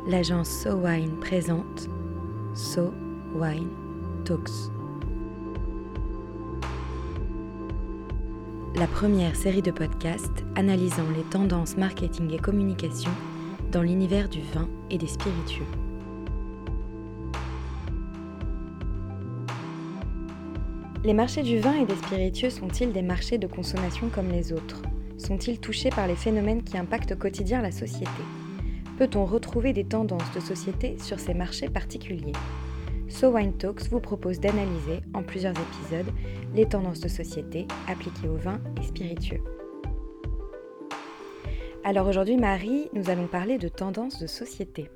l'agence So Wine présente So Wine Talks. La première série de podcasts analysant les tendances marketing et communication dans l'univers du vin et des spiritueux. Les marchés du vin et des spiritueux sont-ils des marchés de consommation comme les autres ? Sont-ils touchés par les phénomènes qui impactent au quotidien la société ? Peut-on retrouver des tendances de société sur ces marchés particuliers ? So Wine Talks vous propose d'analyser, en plusieurs épisodes, les tendances de société appliquées aux vins et spiritueux. Alors aujourd'hui, Marie, nous allons parler de tendances de société.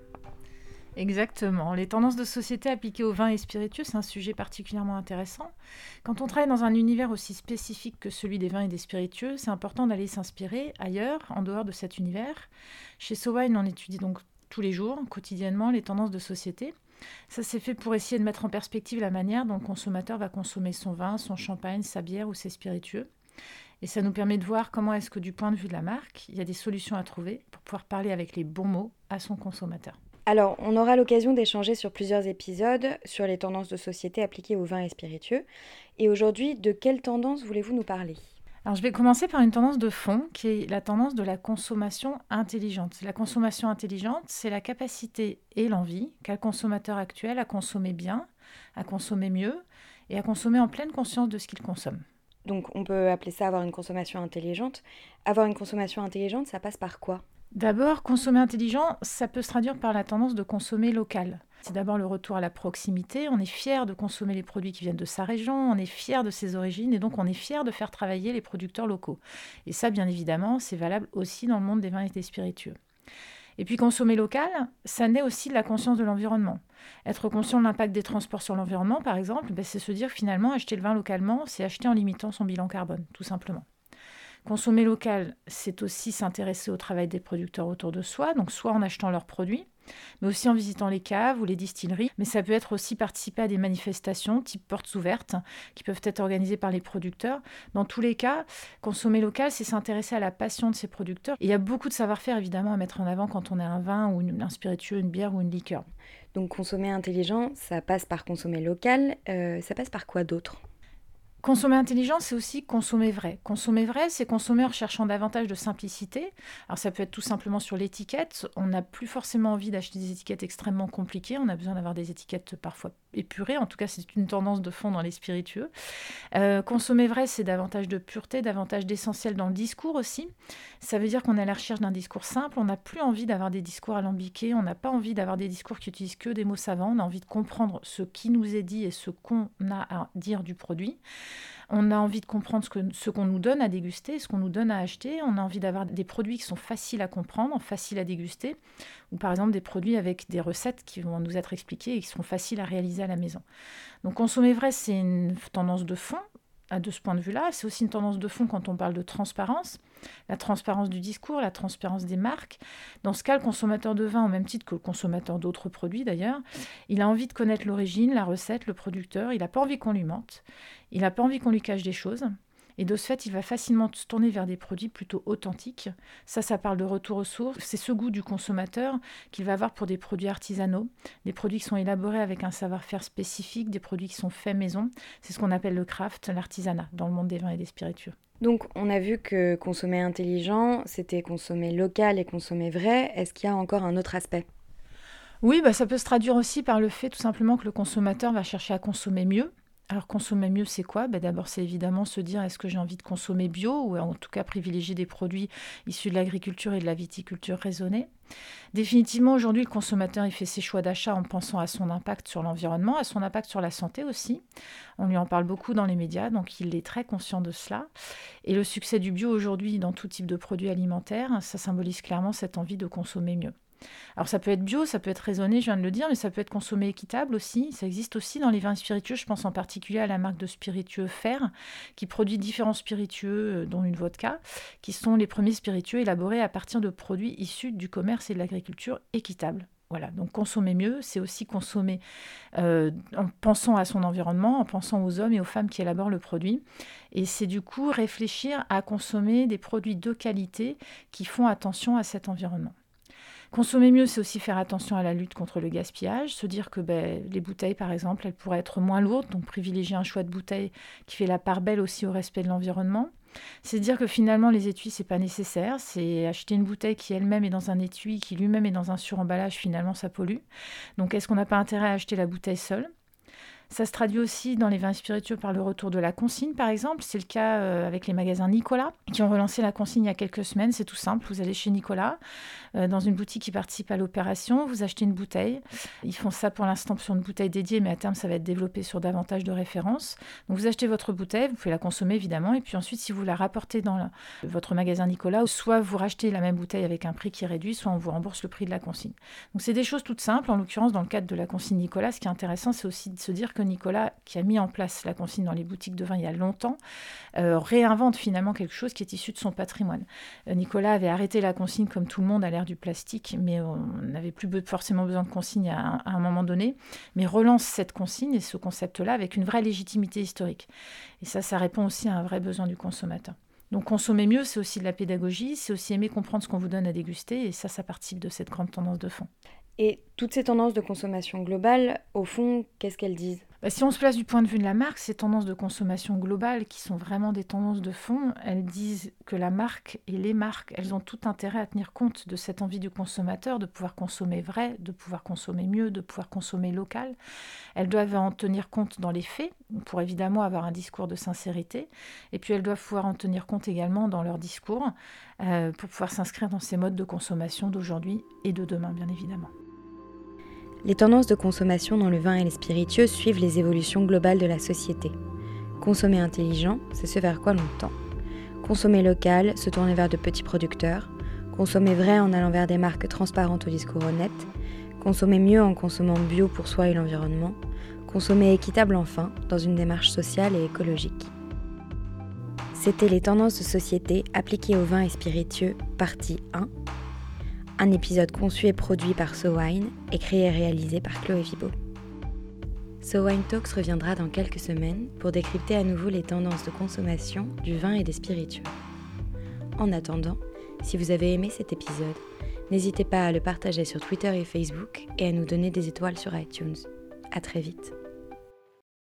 Exactement. Les tendances de société appliquées aux vins et spiritueux, c'est un sujet particulièrement intéressant. Quand on travaille dans un univers aussi spécifique que celui des vins et des spiritueux, c'est important d'aller s'inspirer ailleurs, en dehors de cet univers. Chez So Wine, on étudie donc tous les jours, quotidiennement, les tendances de société. Ça, c'est fait pour essayer de mettre en perspective la manière dont le consommateur va consommer son vin, son champagne, sa bière ou ses spiritueux. Et ça nous permet de voir comment est-ce que, du point de vue de la marque, il y a des solutions à trouver pour pouvoir parler avec les bons mots à son consommateur. Alors, on aura l'occasion d'échanger sur plusieurs épisodes sur les tendances de société appliquées aux vins et spiritueux. Et aujourd'hui, de quelle tendance voulez-vous nous parler ? Alors, je vais commencer par une tendance de fond, qui est la tendance de la consommation intelligente. La consommation intelligente, c'est la capacité et l'envie qu'a le consommateur actuel à consommer bien, à consommer mieux et à consommer en pleine conscience de ce qu'il consomme. Donc, on peut appeler ça avoir une consommation intelligente. Avoir une consommation intelligente, ça passe par quoi ? D'abord, consommer intelligent, ça peut se traduire par la tendance de consommer local. C'est d'abord le retour à la proximité. On est fier de consommer les produits qui viennent de sa région, on est fier de ses origines et donc on est fier de faire travailler les producteurs locaux. Et ça, bien évidemment, c'est valable aussi dans le monde des vins et des spiritueux. Et puis consommer local, ça naît aussi de la conscience de l'environnement. Être conscient de l'impact des transports sur l'environnement, par exemple, c'est se dire finalement acheter le vin localement, c'est acheter en limitant son bilan carbone, tout simplement. Consommer local, c'est aussi s'intéresser au travail des producteurs autour de soi, donc soit en achetant leurs produits, mais aussi en visitant les caves ou les distilleries. Mais ça peut être aussi participer à des manifestations type portes ouvertes qui peuvent être organisées par les producteurs. Dans tous les cas, consommer local, c'est s'intéresser à la passion de ces producteurs. Et il y a beaucoup de savoir-faire évidemment à mettre en avant quand on est un vin ou un spiritueux, une bière ou une liqueur. Donc consommer intelligent, ça passe par consommer local. Ça passe par quoi d'autre ? Consommer intelligent, c'est aussi consommer vrai. Consommer vrai, c'est consommer en recherchant davantage de simplicité. Alors ça peut être tout simplement sur l'étiquette. On n'a plus forcément envie d'acheter des étiquettes extrêmement compliquées. On a besoin d'avoir des étiquettes parfois épurées. En tout cas, c'est une tendance de fond dans les spiritueux. Consommer vrai, c'est davantage de pureté, davantage d'essentiel dans le discours aussi. Ça veut dire qu'on est à la recherche d'un discours simple. On n'a plus envie d'avoir des discours alambiqués. On n'a pas envie d'avoir des discours qui utilisent que des mots savants. On a envie de comprendre ce qui nous est dit et ce qu'on a à dire du produit. On a envie de comprendre ce qu'on nous donne à déguster, ce qu'on nous donne à acheter. On a envie d'avoir des produits qui sont faciles à comprendre, faciles à déguster, ou par exemple des produits avec des recettes qui vont nous être expliquées et qui seront faciles à réaliser à la maison. Donc consommer vrai, c'est une tendance de fond. De ce point de vue-là, c'est aussi une tendance de fond quand on parle de transparence, la transparence du discours, la transparence des marques. Dans ce cas, le consommateur de vin, au même titre que le consommateur d'autres produits d'ailleurs, il a envie de connaître l'origine, la recette, le producteur, il n'a pas envie qu'on lui mente, il n'a pas envie qu'on lui cache des choses. Et de ce fait, il va facilement se tourner vers des produits plutôt authentiques. Ça parle de retour aux sources. C'est ce goût du consommateur qu'il va avoir pour des produits artisanaux, des produits qui sont élaborés avec un savoir-faire spécifique, des produits qui sont faits maison. C'est ce qu'on appelle le craft, l'artisanat, dans le monde des vins et des spiritueux. Donc, on a vu que consommer intelligent, c'était consommer local et consommer vrai. Est-ce qu'il y a encore un autre aspect ? Oui, ça peut se traduire aussi par le fait tout simplement que le consommateur va chercher à consommer mieux. Alors consommer mieux, c'est quoi ? D'abord, c'est évidemment se dire est-ce que j'ai envie de consommer bio ou en tout cas privilégier des produits issus de l'agriculture et de la viticulture raisonnée. Définitivement, aujourd'hui, le consommateur il fait ses choix d'achat en pensant à son impact sur l'environnement, à son impact sur la santé aussi. On lui en parle beaucoup dans les médias, donc il est très conscient de cela. Et le succès du bio aujourd'hui dans tout type de produits alimentaires, ça symbolise clairement cette envie de consommer mieux. Alors ça peut être bio, ça peut être raisonné, je viens de le dire, mais ça peut être consommé équitable aussi. Ça existe aussi dans les vins spiritueux, je pense en particulier à la marque de spiritueux Fer, qui produit différents spiritueux, dont une vodka, qui sont les premiers spiritueux élaborés à partir de produits issus du commerce et de l'agriculture équitable. Voilà, donc consommer mieux, c'est aussi consommer en pensant à son environnement, en pensant aux hommes et aux femmes qui élaborent le produit. Et c'est du coup réfléchir à consommer des produits de qualité qui font attention à cet environnement. Consommer mieux, c'est aussi faire attention à la lutte contre le gaspillage, se dire que les bouteilles, par exemple, elles pourraient être moins lourdes, donc privilégier un choix de bouteille qui fait la part belle aussi au respect de l'environnement. C'est dire que finalement, les étuis, c'est pas nécessaire, c'est acheter une bouteille qui elle-même est dans un étui, qui lui-même est dans un suremballage, finalement, ça pollue. Donc, est-ce qu'on n'a pas intérêt à acheter la bouteille seule ? Ça se traduit aussi dans les vins spiritueux par le retour de la consigne, par exemple. C'est le cas avec les magasins Nicolas, qui ont relancé la consigne il y a quelques semaines. C'est tout simple, vous allez chez Nicolas, dans une boutique qui participe à l'opération, vous achetez une bouteille. Ils font ça pour l'instant sur une bouteille dédiée, mais à terme, ça va être développé sur davantage de références. Donc vous achetez votre bouteille, vous pouvez la consommer évidemment, et puis ensuite, si vous la rapportez dans votre magasin Nicolas, soit vous rachetez la même bouteille avec un prix qui est réduit, soit on vous rembourse le prix de la consigne. Donc c'est des choses toutes simples. En l'occurrence, dans le cadre de la consigne Nicolas, ce qui est intéressant, c'est aussi de se dire que Nicolas, qui a mis en place la consigne dans les boutiques de vin il y a longtemps, réinvente finalement quelque chose qui est issu de son patrimoine. Nicolas avait arrêté la consigne comme tout le monde à l'ère du plastique, mais on n'avait plus forcément besoin de consigne à un moment donné, mais relance cette consigne et ce concept-là avec une vraie légitimité historique. Et ça répond aussi à un vrai besoin du consommateur. Donc consommer mieux, c'est aussi de la pédagogie, c'est aussi aimer comprendre ce qu'on vous donne à déguster, et ça participe de cette grande tendance de fond. Et toutes ces tendances de consommation globale, au fond, qu'est-ce qu'elles disent ? Si on se place du point de vue de la marque, ces tendances de consommation globale, qui sont vraiment des tendances de fond, elles disent que la marque et les marques, elles ont tout intérêt à tenir compte de cette envie du consommateur de pouvoir consommer vrai, de pouvoir consommer mieux, de pouvoir consommer local. Elles doivent en tenir compte dans les faits, pour évidemment avoir un discours de sincérité, et puis elles doivent pouvoir en tenir compte également dans leur discours, pour pouvoir s'inscrire dans ces modes de consommation d'aujourd'hui et de demain, bien évidemment. Les tendances de consommation dans le vin et les spiritueux suivent les évolutions globales de la société. Consommer intelligent, c'est ce vers quoi l'on tend. Consommer local, se tourner vers de petits producteurs. Consommer vrai en allant vers des marques transparentes au discours honnête. Consommer mieux en consommant bio pour soi et l'environnement. Consommer équitable enfin, dans une démarche sociale et écologique. C'était les tendances de société appliquées aux vins et spiritueux, partie 1. Un épisode conçu et produit par SoWine, écrit et réalisé par Chloé Vibo. SoWine Talks reviendra dans quelques semaines pour décrypter à nouveau les tendances de consommation du vin et des spiritueux. En attendant, si vous avez aimé cet épisode, n'hésitez pas à le partager sur Twitter et Facebook et à nous donner des étoiles sur iTunes. À très vite.